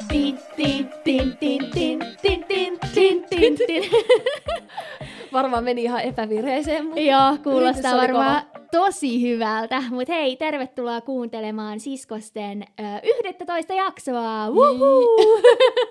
Tin, tin, tin, tin, tin, tin, tin, tin, tin, tin. Varmaan meni ihan epävirheeseen, mutta Joo, kuulostaa oli varmaan tosi hyvältä. Mut hei, tervetuloa kuuntelemaan Siskosten 11 jaksoa. Woohoo!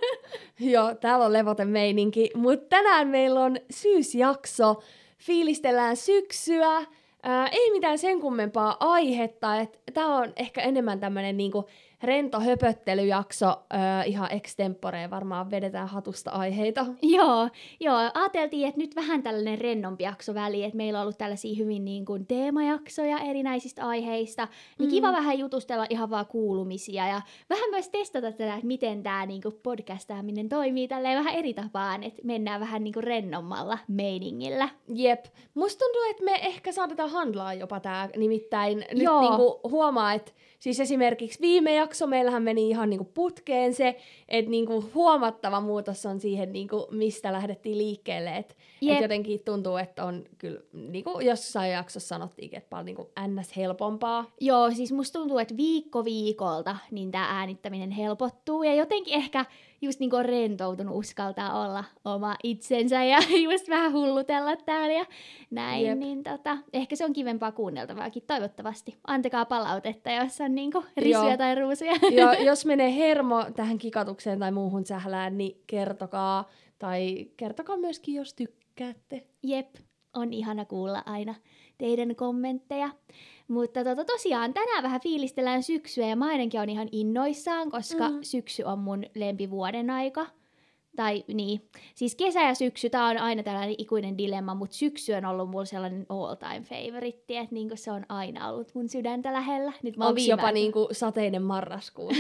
Joo, täällä on levoten meininki, mutta tänään meillä on syysjakso. Fiilistellään syksyä. Ei mitään sen kummempaa aihetta. Tää on ehkä enemmän tämmönen niinku rento höpöttelyjakso. Ihan extemporeen varmaan vedetään hatusta aiheita. Joo, ajateltiin, että nyt vähän tällainen rennompi jakso väliin, että meillä on ollut tällaisia hyvin niin kuin teemajaksoja erinäisistä aiheista, niin kiva vähän jutustella ihan vaan kuulumisia ja vähän myös testata tätä, että miten tämä niin kuin podcastaaminen toimii tälleen vähän eri tapaan, että mennään vähän niin kuin rennommalla meiningillä. Jep. Musta tuntuu, että me ehkä saatetaan handlaa jopa tää, nimittäin nyt Joo. niinku huomaa, että siis esimerkiksi viime jakso meillähän meni ihan niinku putkeen se, että niinku huomattava muutos on siihen, niinku, mistä lähdettiin liikkeelle, että et jotenkin tuntuu, että on kyllä, niinku jossain jaksossa sanottiinkin, että paljon niinku ns. Helpompaa. Joo, siis musta tuntuu, että viikko viikolta niin tää äänittäminen helpottuu ja jotenkin ehkä just niinku on rentoutunut uskaltaa olla oma itsensä ja just vähän hullutella täällä ja näin, Jep. niin ehkä se on kivempaa kuunneltavaakin, toivottavasti. Antakaa palautetta, jos on niinku risuja tai ruusuja. Ja jos menee hermo tähän kikatukseen tai muuhun sählään, niin kertokaa. Tai kertokaa myöskin, jos tykkäätte. Jep, on ihana kuulla aina teidän kommentteja. Mutta tosiaan tänään vähän fiilistellään syksyä ja mä ainakin on ihan innoissaan, koska syksy on mun lempivuoden aika. Tai niin, siis kesä ja syksy, tää on aina tällainen ikuinen dilemma, mutta syksy on ollut mulla sellainen all time favorite, että niinku se on aina ollut mun sydäntä lähellä. Onko jopa niinku sateinen marraskuu?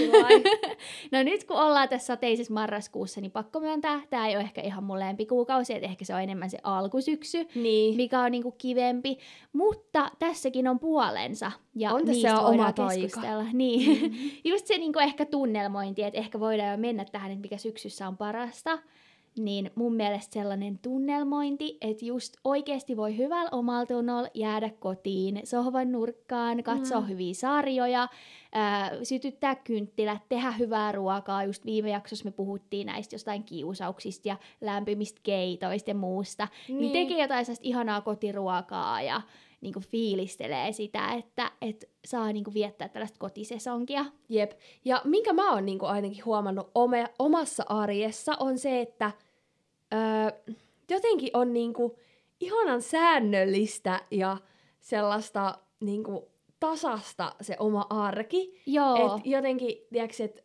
No nyt kun ollaan tässä sateisessa marraskuussa, niin pakko myöntää, tää ei ole ehkä ihan mun lempikuukausi, että ehkä se on enemmän se alkusyksy, niin. mikä on niinku kivempi, mutta tässäkin on puolensa. Ja on niistä tässä voidaan oma keskustella. Niin. Just se niinku ehkä tunnelmointi, että ehkä voidaan jo mennä tähän, että mikä syksyssä on parasta. Niin mun mielestä sellainen tunnelmointi, että just oikeasti voi hyvällä omaltunnolla jäädä kotiin, sohvan nurkkaan, katsoa hyviä sarjoja, sytyttää kynttilät, tehdä hyvää ruokaa. Just viime jaksossa me puhuttiin näistä jostain kiusauksista ja lämpimistä keitoista ja muusta. Niin tekee jotain sellaista ihanaa kotiruokaa ja niinku fiilistelee sitä, että saa niinku viettää tällaista kotisesonkia. Jep. Ja minkä mä oon niinku ainakin huomannut omassa arjessa on se, että jotenkin on niinku ihanan säännöllistä ja sellaista niinku tasasta se oma arki. Joo. Et jotenkin, tiiäks, että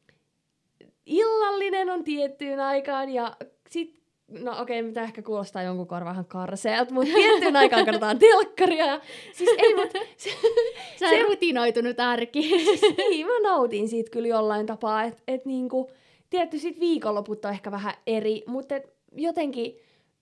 illallinen on tiettyyn aikaan ja sit no okei, mitä ehkä kuulostaa jonkun korvaan karseelta, mutta tiettyyn aikaan katsotaan telkkaria. Ja, siis ei, mutta se on rutinoitunut arki. Siis, niin, mä nautin siitä kyllä jollain tapaa, että niinku, tietty sit viikonloput on ehkä vähän eri, mutta jotenkin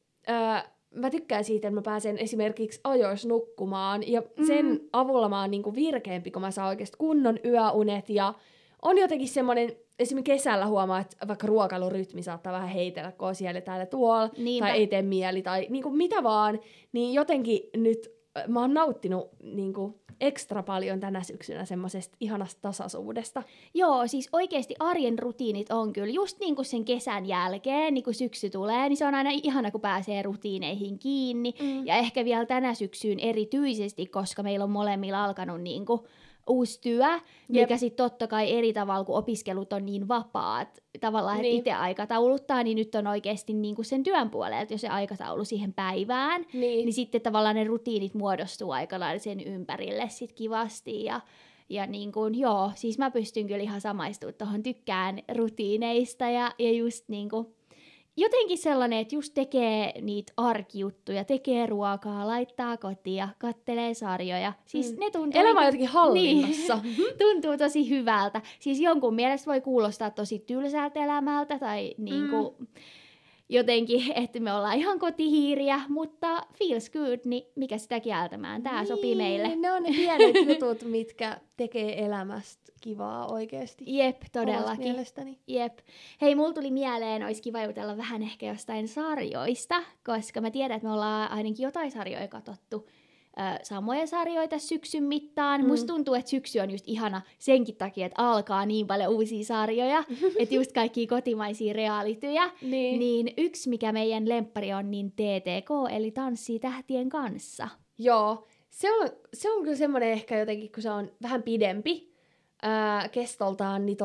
mä tykkään siitä, että mä pääsen esimerkiksi ajoissa nukkumaan ja sen avulla mä oon niinku virkeämpi, kun mä saan oikeasti kunnon yöunet ja on jotenkin semmoinen, esimerkiksi kesällä huomaa, että vaikka ruokailurytmi saattaa vähän heitellä, kun on siellä ja täällä tuolla, tai ei tee mieli, tai niinku mitä vaan, niin jotenkin nyt mä oon nauttinut niinku ekstra paljon tänä syksynä semmoisesta ihanasta tasaisuudesta. Joo, siis oikeasti arjen rutiinit on kyllä just niin kuin sen kesän jälkeen, niin kun syksy tulee, niin se on aina ihana, kun pääsee rutiineihin kiinni. Ja ehkä vielä tänä syksyyn erityisesti, koska meillä on molemmilla alkanut niin kuin uusi työ, mikä sitten totta kai eri tavalla, kun opiskelut on niin vapaat, tavallaan, että itse aikatauluttaa, niin nyt on oikeasti niin kuin sen työn puolelta jo se aikataulu siihen päivään, niin sitten tavallaan ne rutiinit muodostuu aika lailla sen ympärille sit kivasti, ja niin kuin, joo, siis mä pystyn kyllä ihan samaistumaan tuohon, tykkään rutiineista, ja just niin kuin jotenkin sellainen, että just tekee niitä arkijuttuja, tekee ruokaa, laittaa kotia, kattelee sarjoja. Siis ne tuntuu elämä on jotenkin hallinnassa. Niin, tuntuu tosi hyvältä. Siis jonkun mielestä voi kuulostaa tosi tylsältä elämältä tai niinku jotenkin, että me ollaan ihan kotihiiriä, mutta feels good, niin mikä sitä kieltämään. Tää sopii meille. Ne on ne pienet jutut, mitkä tekee elämästä kivaa oikeesti. Jep, todellakin. Mielestäni. Jep. Hei, mulla tuli mieleen, olisi kiva jutella vähän ehkä jostain sarjoista, koska mä tiedän, että me ollaan ainakin jotain sarjoja katsottu samoja sarjoja tässä syksyn mittaan. Musta tuntuu, että syksy on just ihana senkin takia, että alkaa niin paljon uusia sarjoja, että just kaikkia kotimaisia realityjä. Niin yksi, mikä meidän lemppari on, niin TTK, eli Tanssii tähtien kanssa. Joo, se on kyllä semmoinen ehkä jotenkin, kun se on vähän pidempi kestoltaan, niin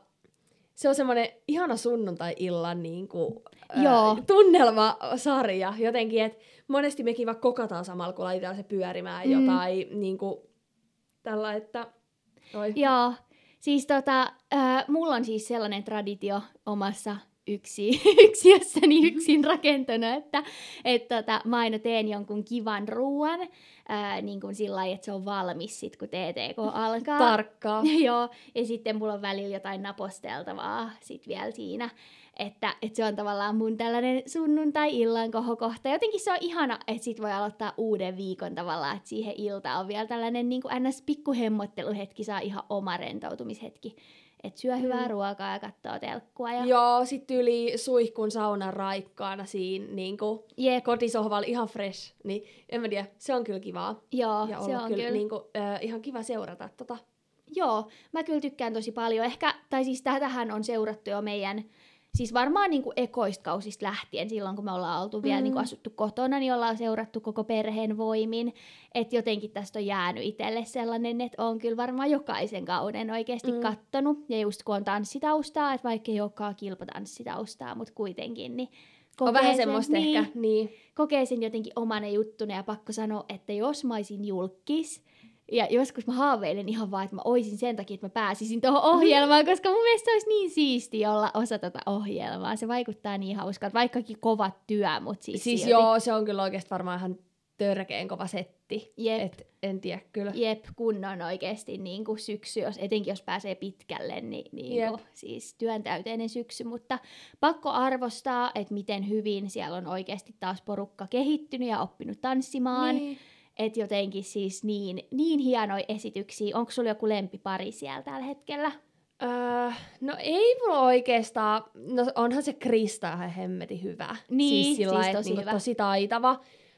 se on semmoinen ihana sunnuntai-illan niinku, tunnelmasarja jotenkin, että monesti mekin vaikka kokataan samalla, kun laitetaan se pyörimään jotain niinku, tällä, että... Joo, siis mulla on siis sellainen traditio omassa yksiössäni yksin rakentanut, että mä aina teen jonkun kivan ruuan, niin kuin sillä lailla, että se on valmis sit, kun TTK alkaa. Tarkkaa. Joo, ja sitten mulla on välillä jotain naposteltavaa sit vielä siinä, että se on tavallaan mun tällainen sunnuntai-illan kohokohta. Jotenkin se on ihana, että sit voi aloittaa uuden viikon tavallaan, että siihen iltaan on vielä tällainen niin kuin ns. Pikkuhemmotteluhetki, saa ihan oma rentoutumishetki. Että syö hyvää ruokaa ja katsoo telkkua. Ja... Joo, sit yli suihkun saunan raikkaana siinä niinku kotisohvalla ihan fresh. Niin en mä tiedä, se on kyllä kivaa. Joo, ja se on kyllä. Niinku, ihan kiva seurata tota. Joo, mä kyllä tykkään tosi paljon. Ehkä, tai siis tätähän on seurattu jo meidän, siis varmaan niinku ekoista kausista lähtien, silloin kun me ollaan oltu vielä niinku asuttu kotona, niin ollaan seurattu koko perheen voimin. Että jotenkin tästä on jäänyt itselle sellainen, että on kyllä varmaan jokaisen kauden oikeasti kattonut. Ja just kun on tanssitaustaa, että vaikka ei olekaan kilpatanssitaustaa, mutta kuitenkin, niin on vähän semmoista ehkä, niin. Kokee sen jotenkin omana juttuna ja pakko sanoa, että jos mä olisin julkis, ja joskus mä haaveilen ihan vaan, että mä oisin sen takia, että mä pääsisin tuohon ohjelmaan, koska mun mielestä se olisi niin siistiä olla osa tätä ohjelmaa. Se vaikuttaa niin hauskalta, vaikkakin kova työ, mutta siis silti. Joo, se on kyllä oikeasti varmaan ihan törkeen kova setti. Et en tiedä kyllä. Jep, kunnon oikeasti niin kuin syksy, etenkin jos pääsee pitkälle, niin kuin, siis työntäyteinen syksy. Mutta pakko arvostaa, että miten hyvin siellä on oikeasti taas porukka kehittynyt ja oppinut tanssimaan. Niin. Että jotenkin siis niin hienoja esityksiä. Onko sulla joku lempipari siellä tällä hetkellä? No ei mulla oikeastaan. No onhan se Krista ihan hemmetin hyvä. Niin, siis sillä siis tosi hyvä. Tosi taitava.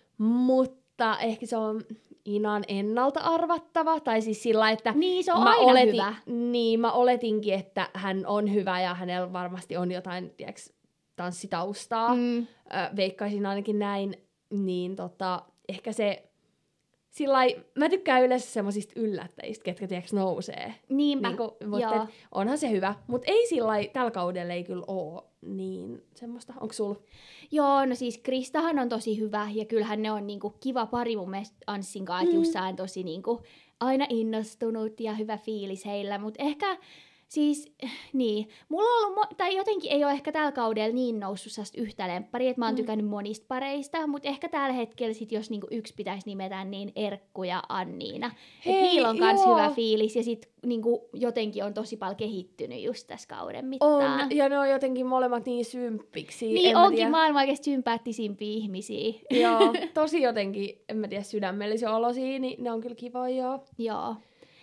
Mutta ehkä se on Inan ennalta arvattava. Tai siis sillä että niin, se on aina hyvä. Niin, mä oletinkin, että hän on hyvä ja hänellä varmasti on jotain, tiiäks, tanssitaustaa. Veikkaisin ainakin näin. Niin ehkä se... Sillai, mä tykkään yleensä semmosista yllättäjistä, ketkä tiiäks nousee. Niinpä, mutta onhan se hyvä. Mutta ei sillai, tällä kaudella ei kyllä oo niin semmoista. Onko sulla? Joo, no siis Kristahan on tosi hyvä ja kyllähän ne on niinku kiva pari mun mielestä Anssin kanssa, että just on tosi niinku aina innostunut ja hyvä fiilis heillä, mutta ehkä... Siis, niin. Mulla on ollut, tai jotenkin ei ole ehkä tällä kaudella niin noussut yhtä lempparia, että mä oon tykännyt monista pareista, mutta ehkä tällä hetkellä sit, jos niinku yksi pitäisi nimetä, niin Erkku ja Anniina. Hei, niillä on kans hyvä fiilis ja sit niinku jotenkin on tosi paljon kehittynyt just tässä kauden mittaan. On, ja ne on jotenkin molemmat niin symppiksi. Niin onkin maailman oikeasti sympaattisimpiä ihmisiä. Joo, tosi jotenkin, en mä tiedä, sydämellisiä olosia, niin ne on kyllä kivoja. Joo,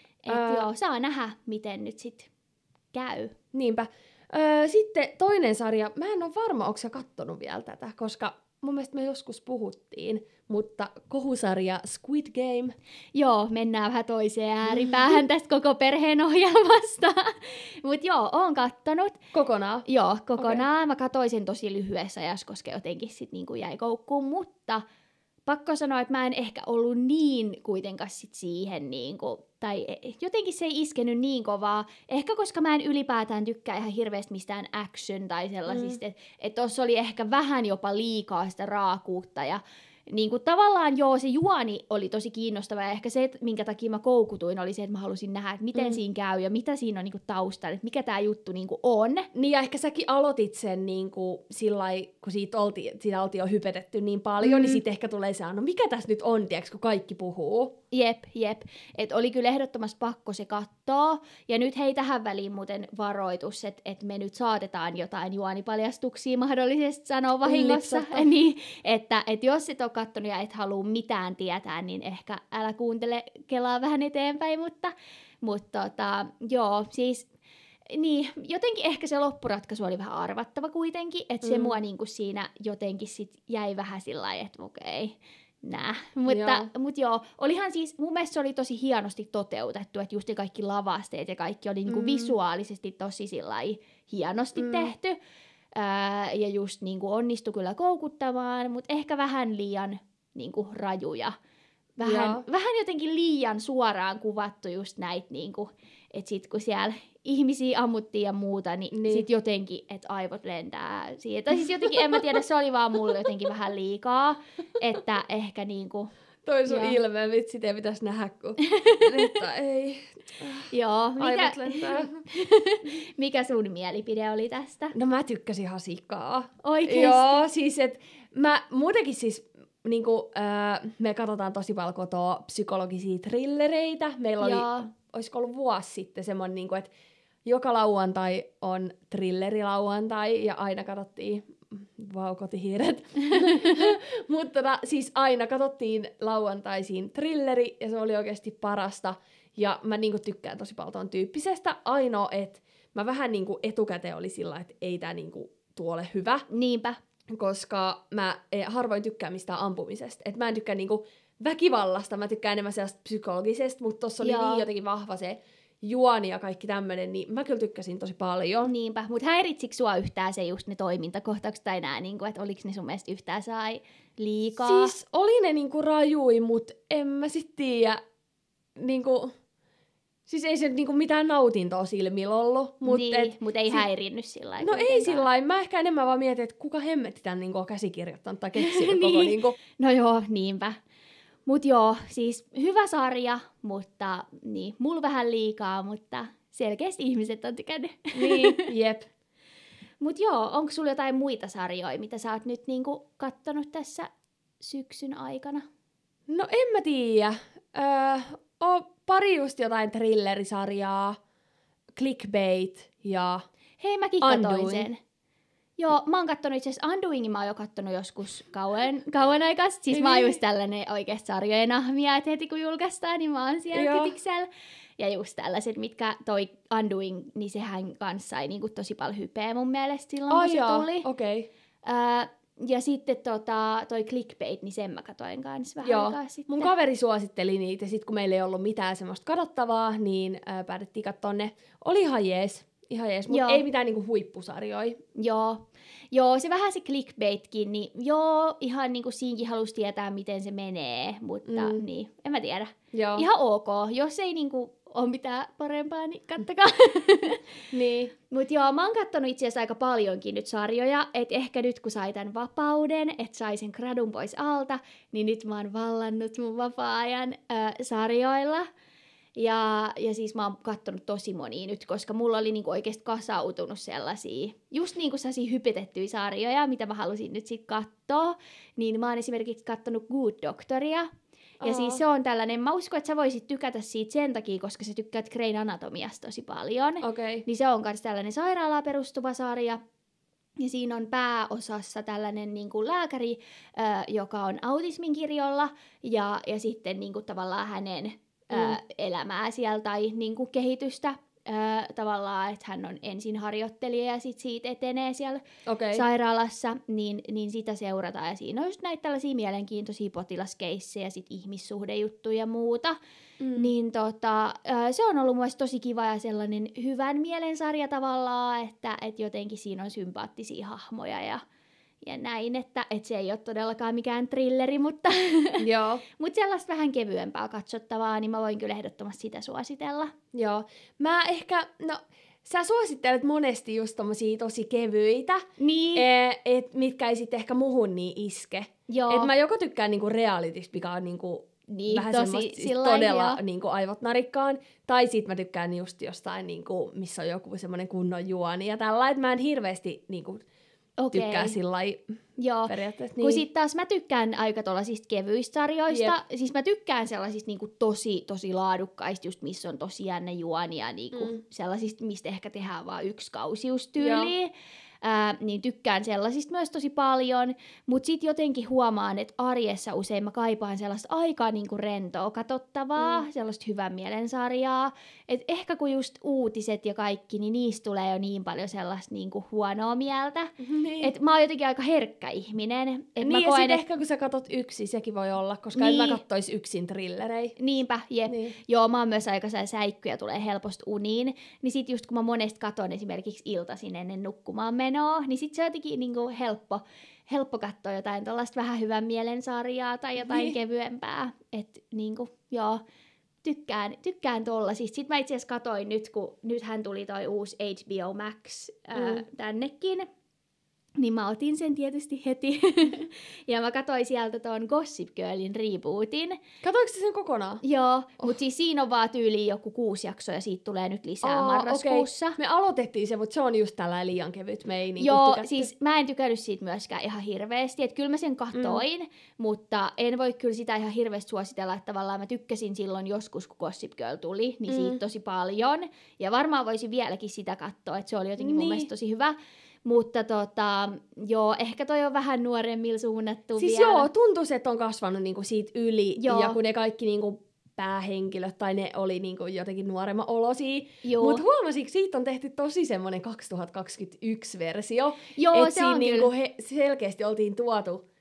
joo, saa nähdä, miten nyt sit käy. Niinpä. Sitten toinen sarja. Mä en ole varma, onko sä kattonut vielä tätä, koska mun mielestä me joskus puhuttiin, mutta kohusarja Squid Game. Joo, mennään vähän toiseen ääripäähän tästä koko perheen ohjelmasta. Mutta joo, oon kattonut. Kokonaan? Joo, kokonaan. Okay. Mä katsoin sen tosi lyhyessä ajassa, koska jotenkin sit niinku jäi koukkuun, mutta pakko sanoa, että mä en ehkä ollut niin kuitenkaan sit siihen, niinku, tai jotenkin se ei iskenyt niin kovaa. Ehkä koska mä en ylipäätään tykkää ihan hirveästi mistään action tai sellaisista, että tossa oli ehkä vähän jopa liikaa sitä raakuutta ja niin kuin tavallaan joo, se juoni oli tosi kiinnostava ja ehkä se, minkä takia mä koukutuin, oli se, että mä halusin nähdä, että miten siinä käy ja mitä siinä on niin kuin taustalla, että mikä tää juttu niin kuin on. Niin ja ehkä säkin aloitit sen niin kuin sillai, kun siitä oltiin jo hypetetty niin paljon, niin sitten ehkä tulee se, no mikä tässä nyt on, tiiäks, kun kaikki puhuu. Jep. Että oli kyllä ehdottomasti pakko se kattoo. Ja nyt hei tähän väliin muuten varoitus, että me nyt saatetaan jotain juonipaljastuksia mahdollisesti sanoa vahingossa. Niin, että jos et ole kattonut ja et halua mitään tietää, niin ehkä älä kuuntele, kelaa vähän eteenpäin. Mutta joo, siis niin, jotenkin ehkä se loppuratkaisu oli vähän arvattava kuitenkin. Että se mua niinku siinä jotenkin sit jäi vähän sillä lailla, että okei. Mutta joo, olihan siis, mun mielestä se oli tosi hienosti toteutettu, että just ne kaikki lavasteet ja kaikki oli niinku visuaalisesti tosi sillai hienosti tehty. Ja just niinku onnistui kyllä koukuttamaan, mutta ehkä vähän liian niinku rajuja. Vähän jotenkin liian suoraan kuvattu just näitä, niinku, että sit kun siellä ihmisiä ammuttiin ja muuta, niin sit jotenkin, että aivot lentää siihen. Tai siis jotenkin, en mä tiedä, se oli vaan mulle jotenkin vähän liikaa, että ehkä niinku... Toi sun ilme, vitsi, ei pitäisi nähdä, kun... Mutta ei. Joo. Aivot lentää. Mikä sun mielipide oli tästä? No mä tykkäsin hasikaa. Oikeesti? Joo, siis et mä muutenkin siis... Niinku, me katsotaan tosi paljon kotoa psykologisia trillereitä. Meillä oli, olisiko ollut vuosi sitten semmoinen, niinku, että joka lauantai on thrillerilauantai ja aina katsottiin, kotihiiret. Mutta siis aina katsottiin lauantaisiin thrilleri ja se oli oikeasti parasta. Ja mä niinku tykkään tosi paljon ton tyyppisestä. Ainoa, että mä vähän niinku etukäteen oli sillä, että ei tää niinku tuole hyvä. Niinpä. Koska mä harvoin tykkään mistään ampumisesta. Et mä en tykkää niinku väkivallasta, mä tykkään enemmän sellaista psykologisesta, mutta tossa oli niin jotenkin vahva se juoni ja kaikki tämmönen, niin mä kyllä tykkäsin tosi paljon. Niinpä, mutta häiritsikö sua yhtään se just ne toimintakohtaukset tai nää, niinku, että oliko ne sun mielestä yhtään sai liikaa? Siis oli ne niinku rajui, mut en mä sit tiedä, niinku... Siis ei se niinku mitään nautintoa silmillä ollut. Mutta ei häirinnyt sillä lailla. No ei sillä lailla. Mä ehkä enemmän vaan mietin, että kuka hemmetti tän niinku on käsikirjoittanut tai keksinyt koko niinku... No joo, niinpä. Mut joo, siis hyvä sarja, mutta niin, mulla vähän liikaa, mutta selkeästi ihmiset on tykännyt. Niin, jep. Mut joo, onko sulla jotain muita sarjoja, mitä sä oot nyt niinku kattonut tässä syksyn aikana? No en mä tiedä. Pari just jotain thrillerisarjaa, Clickbait ja Hei, mäkin katsoin sen. Joo, mä oon kattonut itse asiassa Undoingin, mä oon jo kattonut joskus kauan aikaa. Siis mä oon just tällainen oikeasti sarjojen nahmia, että heti kun julkaistaan, niin mä oon siellä kytiksellä. Ja just tällaiset, mitkä toi Undoing, niin sehän kanssa sai niinku tosi paljon hypeä mun mielestä silloin, kun se tuli. Okei. Ja sitten toi Clickbait, niin sen mä katoin kanssa vähän aikaa sitten. Mun kaveri suositteli niitä, ja sit kun meillä ei ollut mitään semmoista katsottavaa, niin päätettiin katsoa ne. Oli ihan jees, mutta ei mitään niinku huippusarjoja. Joo, se vähän se Clickbaitkin, niin ihan niinku siinkin halusi tietää, miten se menee, mutta niin, en mä tiedä. Joo. Ihan ok, jos ei niinku ole mitään parempaa, niin kattakaa. Niin. Mut joo, mä oon kattonut itse asiassa aika paljonkin nyt sarjoja, että ehkä nyt kun sai tän vapauden, että sai sen gradun pois alta, niin nyt mä oon vallannut mun vapaa-ajan sarjoilla. Ja siis mä oon kattonut tosi monia nyt, koska mulla oli niinku oikeesti kasautunut sellaisia, just niinku sellaisia hypetettyjä sarjoja, mitä mä halusin nyt sit katsoa. Niin mä oon esimerkiksi kattonut Good Doctoria. Ja siis se on tällainen, mä uskon, että sä voisit tykätä siitä sen takia, koska sä tykkäät Grayn Anatomiasta tosi paljon. Okay. Niin se on myös tällainen sairaalaan perustuva sarja. Ja siinä on pääosassa tällainen niin kuin lääkäri, joka on autismin kirjolla. Ja sitten niin kuin tavallaan hänen elämää siellä tai niin kuin kehitystä. Tavallaan, että hän on ensin harjoittelija ja sitten siitä etenee siellä sairaalassa, niin sitä seurataan. Ja siinä on just näitä tällaisia mielenkiintoisia potilaskeissejä, sitten ihmissuhdejuttuja ja muuta. Niin se on ollut mielestäni tosi kiva ja sellainen hyvän mielen sarja tavallaan, että jotenkin siinä on sympaattisia hahmoja ja näin, että se ei ole todellakaan mikään thrilleri, mutta mut sellaista vähän kevyempää katsottavaa, niin mä voin kyllä ehdottomasti sitä suositella. Joo. Mä ehkä, sä suosittelet monesti just tommosia tosi kevyitä, mitkä ei sitten ehkä muhun niin iske. Joo. Et mä joko tykkään niinku realitista, mikä on niinku vähän semmoista siis todella niinku aivot narikkaan, tai sit mä tykkään just jostain, niinku, missä on joku semmoinen kunnon juoni ja tällä, että mä en hirveästi niinku tykkää sillai periaatteessa. Niin. Kun sit taas mä tykkään aika tollasista kevyistä sarjoista. Siis mä tykkään sellaisista niinku tosi laadukkaista, just missä on tosi jännä juoni ja niinku sellaisista, mistä ehkä tehdään vaan yksi kausi just tyyliin. niin tykkään sellaisista myös tosi paljon, mutta sitten jotenkin huomaan, että arjessa usein mä kaipaan sellaista aikaa niinku rentoa, katsottavaa, sellaista hyvän mielen sarjaa, että ehkä kun just uutiset ja kaikki, niin niistä tulee jo niin paljon sellaista niinku huonoa mieltä, että mä oon jotenkin aika herkkä ihminen. Et Niin, mä ja koen, sit ehkä kun sä katot yksin, sekin voi olla, koska en mä kattois yksin thrillerei. Niinpä, jep. Niin. Joo, mä oon myös aika säikkyjä, tulee helposti uniin. Niin sit just kun mä monesti katon esimerkiksi iltaisin ennen nukkumaan menoa, niin sit se on jotenkin niinku helppo katsoa jotain tollaista vähän hyvän mielen sarjaa tai jotain kevyempää. Et niinku, joo, tykkään tollasista. Sitten mä itse asiassa katoin nyt, kun nythän tuli toi uusi HBO Max tännekin. Niin mä otin sen tietysti heti. Ja mä katsoin sieltä ton Gossip Girlin rebootin. Katoiko sen kokonaan? Joo, mutta siis siinä on vaan tyyliin joku 6 jaksoa ja siitä tulee nyt lisää marraskuussa. Okay. Me aloitettiin se, mutta se on just tällä liian kevyt. Me ei joo, siis mä en tykännyt siitä myöskään ihan hirveästi. Että kyllä mä sen katoin, mutta en voi kyllä sitä ihan hirveästi suositella. Että tavallaan mä tykkäsin silloin joskus, kun Gossip Girl tuli, niin siitä tosi paljon. Ja varmaan voisin vieläkin sitä katsoa, että se oli jotenkin mun mielestä tosi hyvä. Mutta joo, ehkä toi on vähän nuoremmilla suunnattu siis vielä. Joo, tuntuu, että on kasvanut niinku siitä yli. Joo. Ja kun ne kaikki niinku päähenkilöt tai ne oli niinku jotenkin nuoremman olosia. Mutta huomasitko, siitä on tehty tosi semmoinen 2021-versio. Joo, et se on niinku selkeästi oltiin tuotu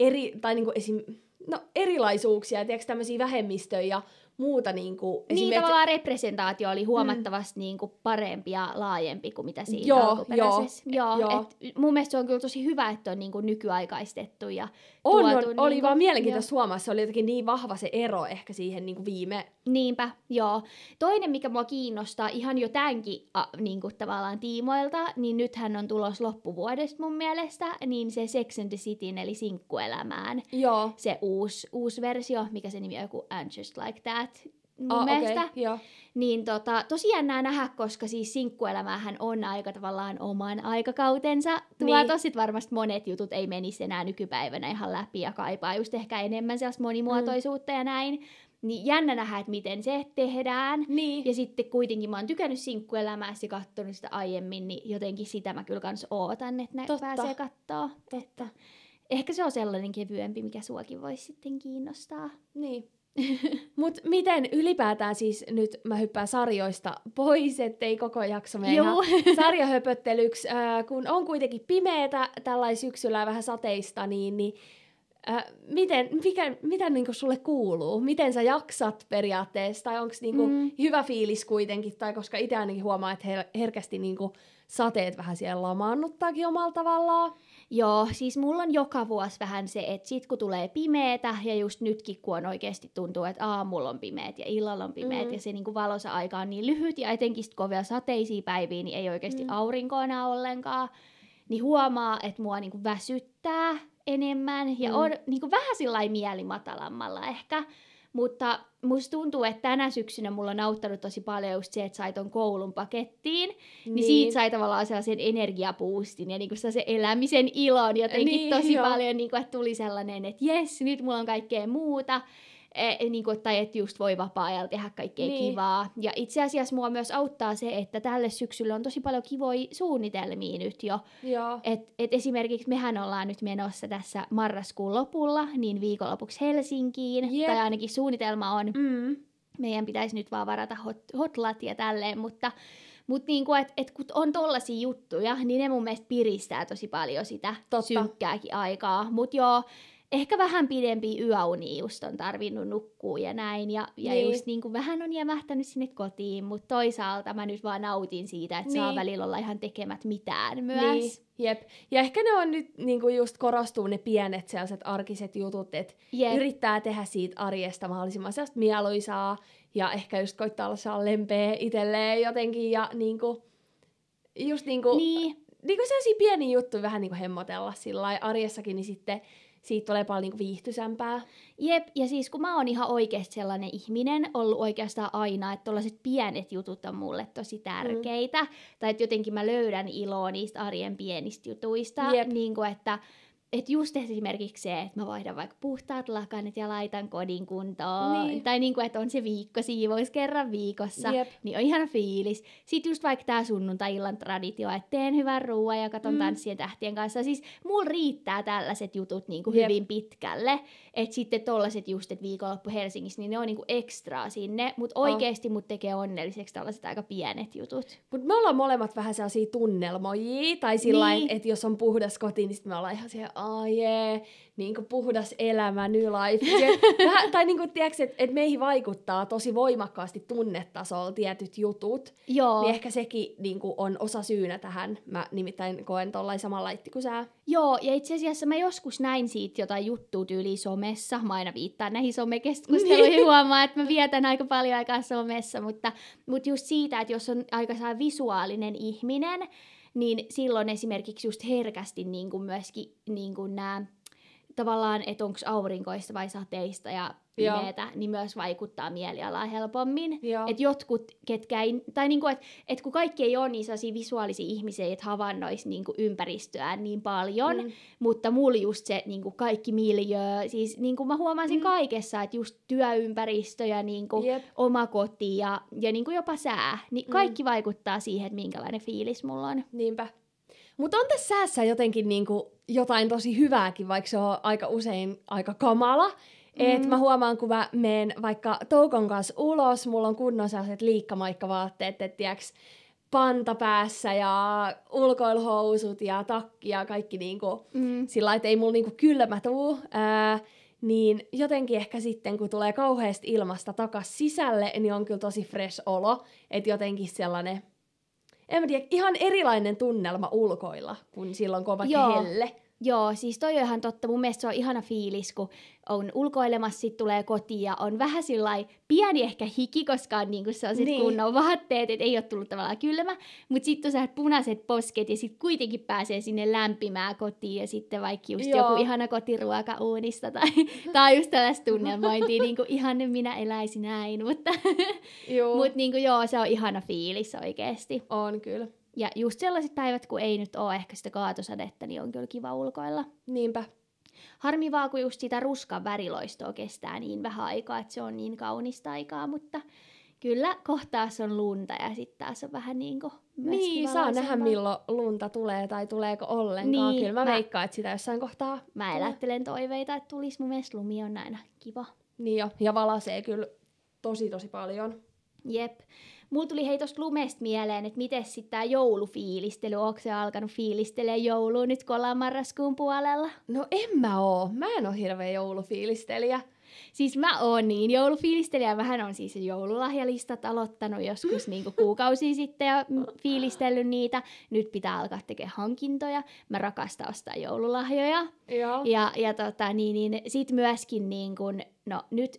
erilaisuuksia, tiedätkö, tämmöisiä vähemmistöjä ja muuta. Niinku, niin tavallaan representaatio oli huomattavasti niinku parempi ja laajempi kuin mitä siinä alkuperäisessä. Joo. Mun mielestä se on kyllä tosi hyvä, että on niinku nykyaikaistettu ja tuotu. Oli vaan mielenkiintoista huomaa, se oli jotenkin niin vahva se ero ehkä siihen niinku viime... Niinpä, joo. Toinen, mikä mua kiinnostaa ihan jo tämänkin niinku tavallaan tiimoilta, niin nythän on tulos loppuvuodesta mun mielestä, niin se Sex and the Cityn eli Sinkkuelämään. Joo. Se uusi versio, mikä se nimi on, joku And Just Like That mun mielestä. Okay, niin tosi jännää nähdä, koska siis sinkkuelämähän on aika tavallaan oman aikakautensa tuotos. Sit varmasti monet jutut ei menisi enää nykypäivänä ihan läpi ja kaipaa just ehkä enemmän sellaista monimuotoisuutta ja näin. Niin jännä nähdä, että miten se tehdään. Niin. Ja sitten kuitenkin mä oon tykännyt sinkkuelämässä ja kattonut sitä aiemmin, niin jotenkin sitä mä kyllä kans ootan, että ne pääsee kattoo. Totta. Ehkä se on sellainen kevyempi, mikä suakin voisi sitten kiinnostaa. Niin. Mut miten ylipäätään siis, nyt mä hyppään sarjoista pois, ettei koko jakso mene ihan sarjahöpöttelyksi, kun on kuitenkin pimeetä tällä syksyllä ja vähän sateista, niin mitä niinku sulle kuuluu? Miten sä jaksat periaatteessa? Tai onko niinku hyvä fiilis kuitenkin? Tai koska itse ainakin huomaa, että herkästi niinku sateet vähän siellä lamaannuttaakin omalla tavallaan. Joo, siis mulla on joka vuosi vähän se, että sit kun tulee pimeetä, ja just nytkin kun on oikeasti tuntuu, että aamulla on pimeät ja illalla on pimeät, ja se niinku valoisa aika on niin lyhyt, ja etenkin sit kun on vielä sateisia päiviä, niin ei oikeasti aurinko enää ollenkaan, niin huomaa, että mua niinku väsyttää enemmän, ja on niinku vähän sillai mieli matalammalla ehkä. Mutta musta tuntuu, että tänä syksynä mulla on auttanut tosi paljon just se, että sai ton koulun pakettiin. Niin siitä sai tavallaan sellaisen energiaboostin ja niinku sellaisen elämisen ilon jotenkin tosi paljon, niinku, että tuli sellainen, että jes, nyt mulla on kaikkea muuta. Niinku, tai että just voi vapaa-ajalla tehdä kaikkea kivaa. Ja itse asiassa mua myös auttaa se, että tälle syksyllä on tosi paljon kivoja suunnitelmia nyt jo. Et esimerkiksi mehän ollaan nyt menossa tässä marraskuun lopulla, niin viikonlopuksi Helsinkiin. Tai ainakin suunnitelma on. Meidän pitäisi nyt vaan varata hotlat ja tälleen, mutta niinku, et kun on tollaisia juttuja, niin ne mun mielestä piristää tosi paljon sitä synkkääkin aikaa. Mut joo, ehkä vähän pidempi yöuni just on tarvinnut nukkua ja näin, ja just niin kuin vähän on jämähtänyt sinne kotiin, mutta toisaalta mä nyt vaan nautin siitä, että saa välillä olla ihan tekemät mitään myös. Niin. Jep. Ja ehkä ne on nyt niinku just korostuu ne pienet sellaiset arkiset jutut, että yrittää tehdä siitä arjesta mahdollisimman sellaista mieluisaa, ja ehkä just koittaa olla sellainen lempeä itselleen jotenkin, ja niinku, just niinku sellaisia pieniä juttuja vähän niinku hemmotella sillä arjessakin, niin sitten siitä tulee paljon niinku viihtyisempää. Jep, ja siis kun mä oon ihan oikeasti sellainen ihminen, ollut oikeastaan aina, että tollaiset pienet jutut on mulle tosi tärkeitä, tai että jotenkin mä löydän iloa niistä arjen pienistä jutuista, niin kuin, että et just esimerkiksi se, että mä vaihdan vaikka puhtaat lakanat ja laitan kodin kuntoon. Niin. Tai niinku, että on se viikkosiivous kerran viikossa. Jep. Niin on ihana fiilis. Sitten just vaikka tää sunnuntai-illan traditio, että teen hyvän ruoan ja katon Tanssien tähtien kanssa. Siis mulla riittää tällaiset jutut niinku hyvin pitkälle. Että sitten tollaset just, että viikonloppu Helsingissä, niin ne on niinku ekstraa sinne. Mutta oikeesti mut tekee onnelliseksi tällaiset aika pienet jutut. Mutta me ollaan molemmat vähän sellaisia tunnelmojia. Tai sillain, Niin. että jos on puhdas koti, niin sit me ollaan ihan siellä, niin kuin puhdas elämä, new life. Tai niin kuin, tiedätkö, että meihin vaikuttaa tosi voimakkaasti tunnetasolla tietyt jutut. Joo. Niin ehkä sekin niin kuin, on osa syynä tähän. Mä nimittäin koen tollain samalla laitti kuin sä. Joo, ja itse asiassa mä joskus näin siitä jotain juttua tyyliin somessa. Mä aina viittaan näihin somekeskusteluihin, huomaa, että mä vietän aika paljon aikaa somessa, mutta just siitä, että jos on aika visuaalinen ihminen, niin silloin esimerkiksi just herkästi niin kuin myöskin niin kuin nämä tavallaan, että onko aurinkoista vai sateista ja pimeätä, niin myös vaikuttaa mielialaan helpommin. Että jotkut, ketkä ei, tai niinku, että kun kaikki ei ole niin sellaisia visuaalisia ihmisiä, että havainnoisi niinku ympäristöään niin paljon, mutta mulla just se niinku kaikki miljöö, siis niinku mä huomasin kaikessa, että just työympäristö ja niinku oma koti ja niinku jopa sää, niin kaikki vaikuttaa siihen, että minkälainen fiilis mulla on. Niinpä. Mutta on tässä säässä jotenkin niinku jotain tosi hyvääkin, vaikka se on aika usein aika kamala. Et mä huomaan, kun mä menen vaikka Toukon kanssa ulos, mulla on kunnon sellaiset liikkamaikkavaatteet, että tiiäks, panta päässä ja ulkoilhousut ja takki ja kaikki niinku sillä, että ei mulla niinku kylmä tuu. Niin jotenkin ehkä sitten, kun tulee kauheasti ilmasta takas sisälle, niin on kyllä tosi fresh olo. Että jotenkin sellainen, en mä tiedä, ihan erilainen tunnelma ulkoilla, kun silloin kun on vaikka helle. Joo, siis toi on ihan totta. Mun mielestä se on ihana fiilis, kun on ulkoilemassa, sit tulee kotiin ja on vähän sillai pieni ehkä hiki, koska on niinku sellaiset kunnon vaatteet, että ei ole tullut tavallaan kylmä. Mutta sitten on sellaiset punaiset posket ja sitten kuitenkin pääsee sinne lämpimään kotiin ja sitten vaikka just joku ihana kotiruoka uunista tai just tällaista tunnelmointia, niinku ihan minä eläisin näin. Mutta niinku, se on ihana fiilis oikeesti. On kyllä. Ja just sellaiset päivät, kun ei nyt ole ehkä sitä kaatosadetta, niin on kyllä kiva ulkoilla. Niinpä. Harmi vaan, kun just sitä ruskan väriloistoa kestää niin vähän aikaa, että se on niin kaunista aikaa, mutta kyllä kohtaas on lunta ja sitten taas on vähän niin kuin niin, saa nähdä milloin lunta tulee tai tuleeko ollenkaan. Kyllä mä veikkaan, että sitä jossain kohtaa mä elättelen toiveita, että tulisi. Mun mielestä lumi on aina kiva. Niin jo, ja valasee kyllä tosi paljon. Jep. Mulla tuli hei tosta lumesta mieleen, että miten sitten tää joulufiilistely, onko se alkanut fiilistelee joulua nyt, kun ollaan marraskuun puolella? No en mä oo. Mä en oo hirveä joulufiilistelijä. Siis mä oon niin joulufiilistelijä, vähän on siis joululahjalistat aloittanut joskus niinku kuukausia sitten ja fiilistellyt niitä. Nyt pitää alkaa tekemään hankintoja. Mä rakastan ostaa joululahjoja. Ja sit myöskin niin kun, no nyt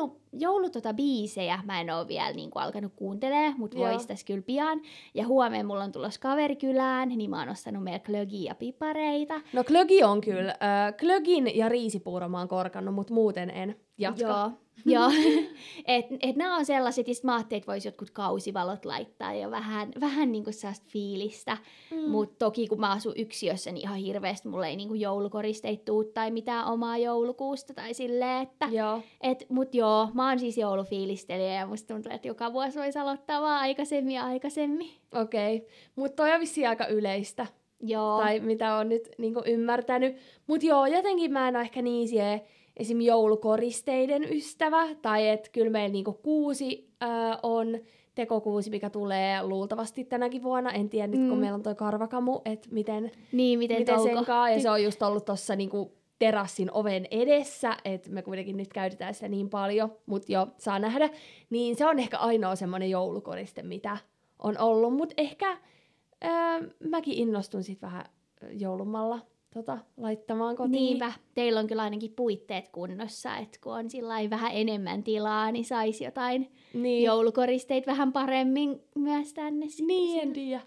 biisejä mä en oo vielä niin kun alkanut kuuntelemaan, mutta vois tässä kyllä pian. Ja huomenna mulla on tulossa kaverikylään, niin mä oon ostanut meillä klögiä ja pipareita. No klögi on kyllä. Klögin ja riisipuuro mä oon korkannut, mutta muuten en. Jatka. Joo. Et nämä on sellaiset, ja sit mä ajattelin, että voisi jotkut kausivalot laittaa ja vähän niinku sellaista fiilistä. Mutta toki kun mä asun yksiössä, niin ihan hirveästi mulla ei niinku joulukoristeita tuu tai mitään omaa joulukuusta tai silleen, että... Mut mä oon siis joulufiilistelijä ja musta tuntuu, että joka vuosi voisi aloittaa vaan aikaisemmin. Okei. Mutta toi on vissiin aika yleistä. Joo. Tai mitä on nyt niinku ymmärtänyt. Mut jotenkin mä en ole ehkä niin siihen... Esim. Joulukoristeiden ystävä, tai että kyllä meillä niinku kuusi on tekokuusi, mikä tulee luultavasti tänäkin vuonna. En tiedä nyt, kun meillä on toi karvakamu, että miten senkaan. Ja se on just ollut tuossa niinku terassin oven edessä, että me kuitenkin nyt käytetään sitä niin paljon, mutta saa nähdä. Niin se on ehkä ainoa semmoinen joulukoriste, mitä on ollut, mutta ehkä mäkin innostun sit vähän joulumalla laittamaan kotiin. Niinpä. Teillä on kyllä ainakin puitteet kunnossa, että kun on sillain vähän enemmän tilaa, niin saisi jotain joulukoristeita vähän paremmin myös tänne. Niin, en tiedä.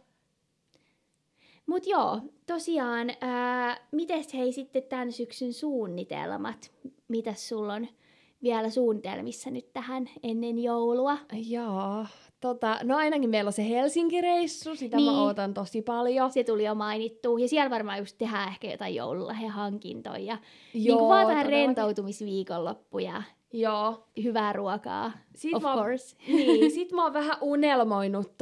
Mut tosiaan, mites hei sitten tämän syksyn suunnitelmat? Mitäs sulla on vielä suunnitelmissa nyt tähän ennen joulua? No ainakin meillä on se Helsinki-reissu, sitä Niin. mä ootan tosi paljon. Se tuli jo mainittua. Ja siellä varmaan just tehdään ehkä jotain joululahjahankintoja. Joo, Niin kuin vaan tähän todellakin. rentoutumisviikonloppu ja Joo. hyvää ruokaa, Sit course. Niin, sit mä oon vähän unelmoinut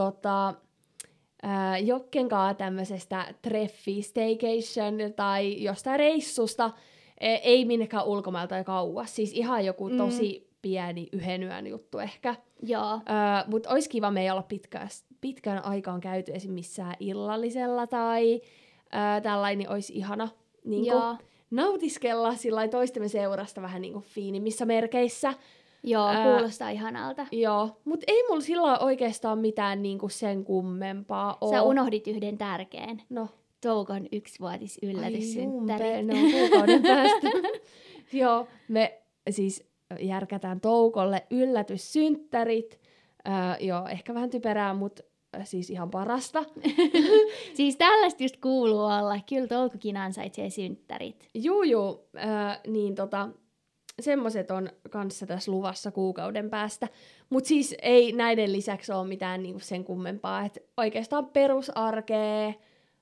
Jokken kaa tämmöisestä treffi, staycation tai jostain reissusta. Ei minnekään ulkomailta ja kauas. Siis ihan joku tosi pieni yhden yön juttu ehkä. Joo. Mutta olisi kiva me ei olla pitkään aikaan käyty esim. Missään illallisella tai tällainen olisi ihana niinku, nautiskella sillai toistemme seurasta vähän niinku fiinimmissä merkeissä. Joo, kuulostaa ihanalta. Joo, mutta ei mulla sillä oikeastaan mitään niinku sen kummempaa ole. Sä unohdit yhden tärkeän. No. Toukon 1-vuotis yllätyssynttärit. Ne on kuukauden päästä. Joo, me siis järkätään Toukolle yllätyssynttärit. Joo, ehkä vähän typerää, mutta siis ihan parasta. Siis tällaista just kuuluu olla. Kyllä Toukokin ansaitsee synttärit. Juu, niin semmoset on kanssa tässä luvassa kuukauden päästä. Mutta siis ei näiden lisäksi ole mitään niinku sen kummempaa. Et oikeastaan perusarkea,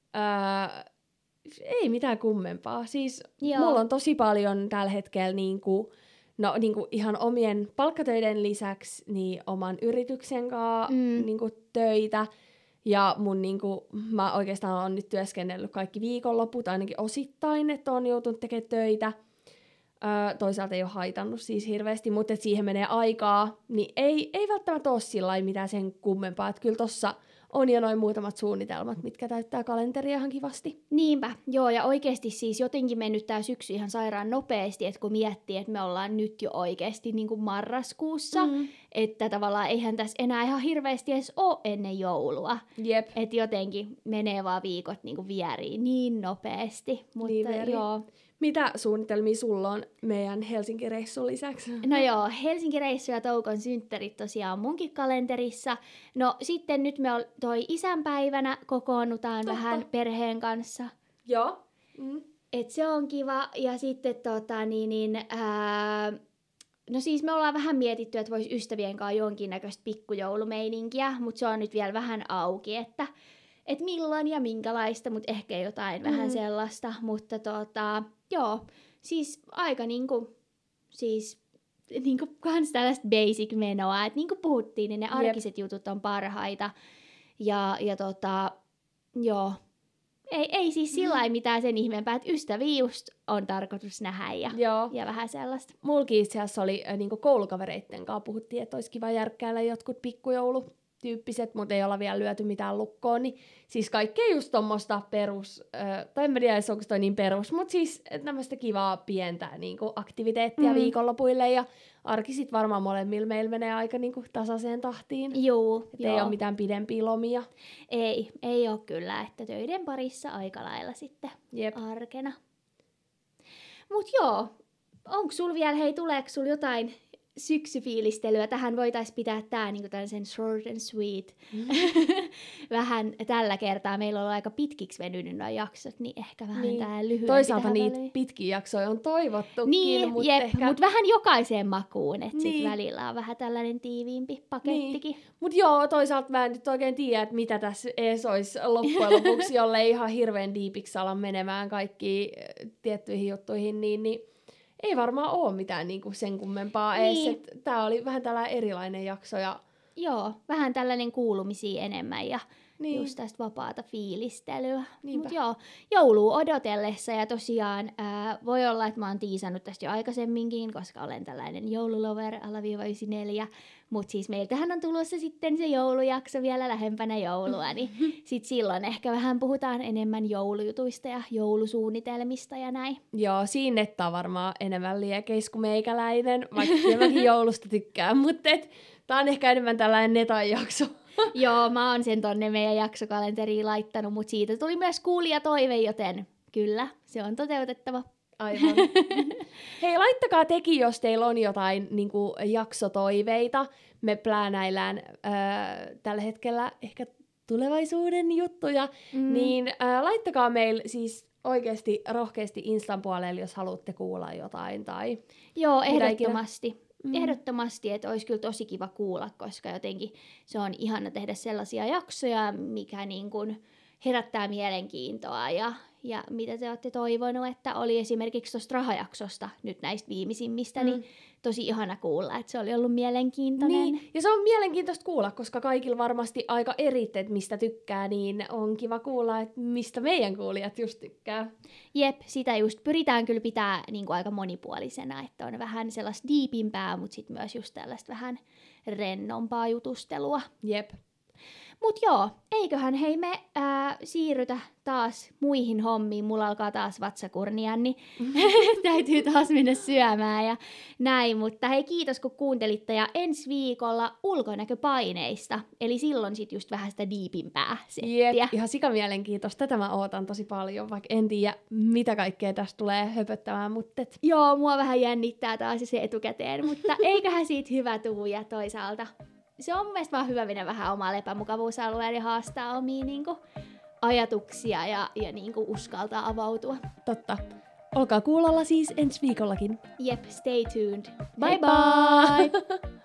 ei mitään kummempaa. Siis mulla on tosi paljon tällä hetkellä niinku ihan omien palkkatöiden lisäksi niin oman yrityksen kanssa niinku töitä. Ja mä oikeastaan olen nyt työskennellyt kaikki viikonloput, ainakin osittain, että on joutunut tekemään töitä. Toisaalta ei ole haitannut siis hirveästi, mutta siihen menee aikaa, niin ei välttämättä ole sillä mitään sen kummempaa. Että kyllä tossa on jo noin muutamat suunnitelmat, mitkä täyttää kalenteria ihan kivasti. Niinpä, joo, ja oikeasti siis jotenkin mennyt tää syksy ihan sairaan nopeasti, että kun miettii, että me ollaan nyt jo oikeasti niin kuin marraskuussa, että tavallaan eihän tässä enää ihan hirveästi edes ole ennen joulua. Jep. Että jotenkin menee vaan viikot niin kuin vieriin niin nopeasti. Mutta niin joo. Mitä suunnitelmia sulla on meidän Helsinki-reissun lisäksi? No joo, Helsinki-reissu ja Toukon synttärit tosiaan munkin kalenterissa. No sitten nyt me toi isänpäivänä kokoonnutaan vähän perheen kanssa. Joo. Et se on kiva. Ja sitten no siis me ollaan vähän mietitty, että vois ystävien kanssa jonkinnäköistä pikkujoulumeininkiä, mutta se on nyt vielä vähän auki, että milloin ja minkälaista, mutta ehkä jotain vähän sellaista. Mutta joo, siis aika kans tällaista basic menoa, että niinku puhuttiin, niin ne arkiset jutut on parhaita. Ja joo, ei siis sillä mitään sen ihmeempää, että ystäviä just on tarkoitus nähdä ja vähän sellaista. Mulki itse asiassa oli niinku koulukavereitten kanssa puhuttiin, että olisi kiva järkkäällä jotkut pikkujoulutyyppiset, mutta ei olla vielä lyöty mitään lukkoon. Niin siis kaikkea just tommoista perus, tai en tiedä, onko toi niin perus, mutta siis tämmöistä kivaa pientä niinku aktiviteettia viikonlopuille ja arkisit varmaan molemmilla meillä menee aika niinku tasaiseen tahtiin. Joo. Ei ole mitään pidempiä lomia. Ei ole kyllä, että töiden parissa aika lailla sitten arkena. Mut joo, onko sul vielä, tuleeko sul jotain syksyfiilistelyä? Tähän voitaisiin pitää tää niinku tällaisen short and sweet. Vähän tällä kertaa. Meillä on ollut aika pitkiksi venynyt nuo jaksot, niin ehkä vähän tää lyhyempi. Toisaalta niitä pitkiä jaksoja on toivottukin. Niin, mutta vähän jokaiseen makuun, että niin. sit välillä on vähän tällainen tiiviimpi pakettikin. Niin. Mutta joo, toisaalta mä en nyt oikein tiedä, että mitä tässä ees olisi loppujen lopuksi, jolle ihan hirveän diipiksi ala menemään kaikkiin tiettyihin juttuihin, niin ei varmaan ole mitään niinku sen kummempaa ees. Tää oli vähän tällainen erilainen jakso. Joo, vähän tällainen kuulumisia enemmän ja just tästä vapaata fiilistelyä. Mut joo, joulua odotellessa ja tosiaan voi olla, että mä oon tiisannut tästä jo aikaisemminkin, koska olen tällainen joululover _94. Mutta siis meiltähän on tulossa sitten se joulujakso vielä lähempänä joulua, niin sit silloin ehkä vähän puhutaan enemmän joulujutuista ja joulusuunnitelmista ja näin. Joo, siinä Netta on varmaan enemmän liekeis kuin meikäläinen, vaikka mäkin joulusta tykkään, mutta tää on ehkä enemmän tällainen Netan jakso. Joo, mä oon sen tonne meidän jaksokalenteriin laittanut, mutta siitä tuli myös kuulijatoive, joten kyllä, se on toteutettava. Aivan. Hei, laittakaa tekin, jos teillä on jotain niinku jaksotoiveita. Me pläänäillään tällä hetkellä ehkä tulevaisuuden juttuja, niin laittakaa meille siis oikeasti rohkeasti Instan puolelle, jos haluatte kuulla jotain. Tai joo, ehdottomasti. ehdottomasti, että olisi kyllä tosi kiva kuulla, koska jotenkin se on ihana tehdä sellaisia jaksoja, mikä niin kuin herättää mielenkiintoa ja mitä te olette toivonut, että oli esimerkiksi tuosta rahajaksosta nyt näistä viimeisimmistä, niin tosi ihana kuulla, että se oli ollut mielenkiintoinen. Niin, ja se on mielenkiintoista kuulla, koska kaikilla varmasti aika eri, että mistä tykkää, niin on kiva kuulla, että mistä meidän kuulijat just tykkää. Jep, sitä just pyritään kyllä pitää niin kuin aika monipuolisena, että on vähän sellaista diipimpää, mutta sitten myös just tällaista vähän rennompaa jutustelua. Jep. Mut joo, eiköhän hei me siirrytä taas muihin hommiin. Mulla alkaa taas vatsakurnia, niin täytyy taas mennä syömään ja näin. Mutta hei, kiitos kun kuuntelitte ja ensi viikolla ulkonäköpaineista. Eli silloin sit just vähän sitä diipimpää settiä. Jep, ihan sikamielenkiintoista. Tätä mä ootan tosi paljon, vaikka en tiedä mitä kaikkea tästä tulee höpöttämään. Mutta joo, mua vähän jännittää taas se etukäteen, mutta eiköhän siitä hyvä tuu ja toisaalta. Se on mun mielestä vaan hyvä mennä vähän omalle epämukavuusalueen ja haastaa omia niinku ajatuksia ja niinku uskaltaa avautua. Totta. Olkaa kuulolla siis ensi viikollakin. Jep, stay tuned. Bye bye!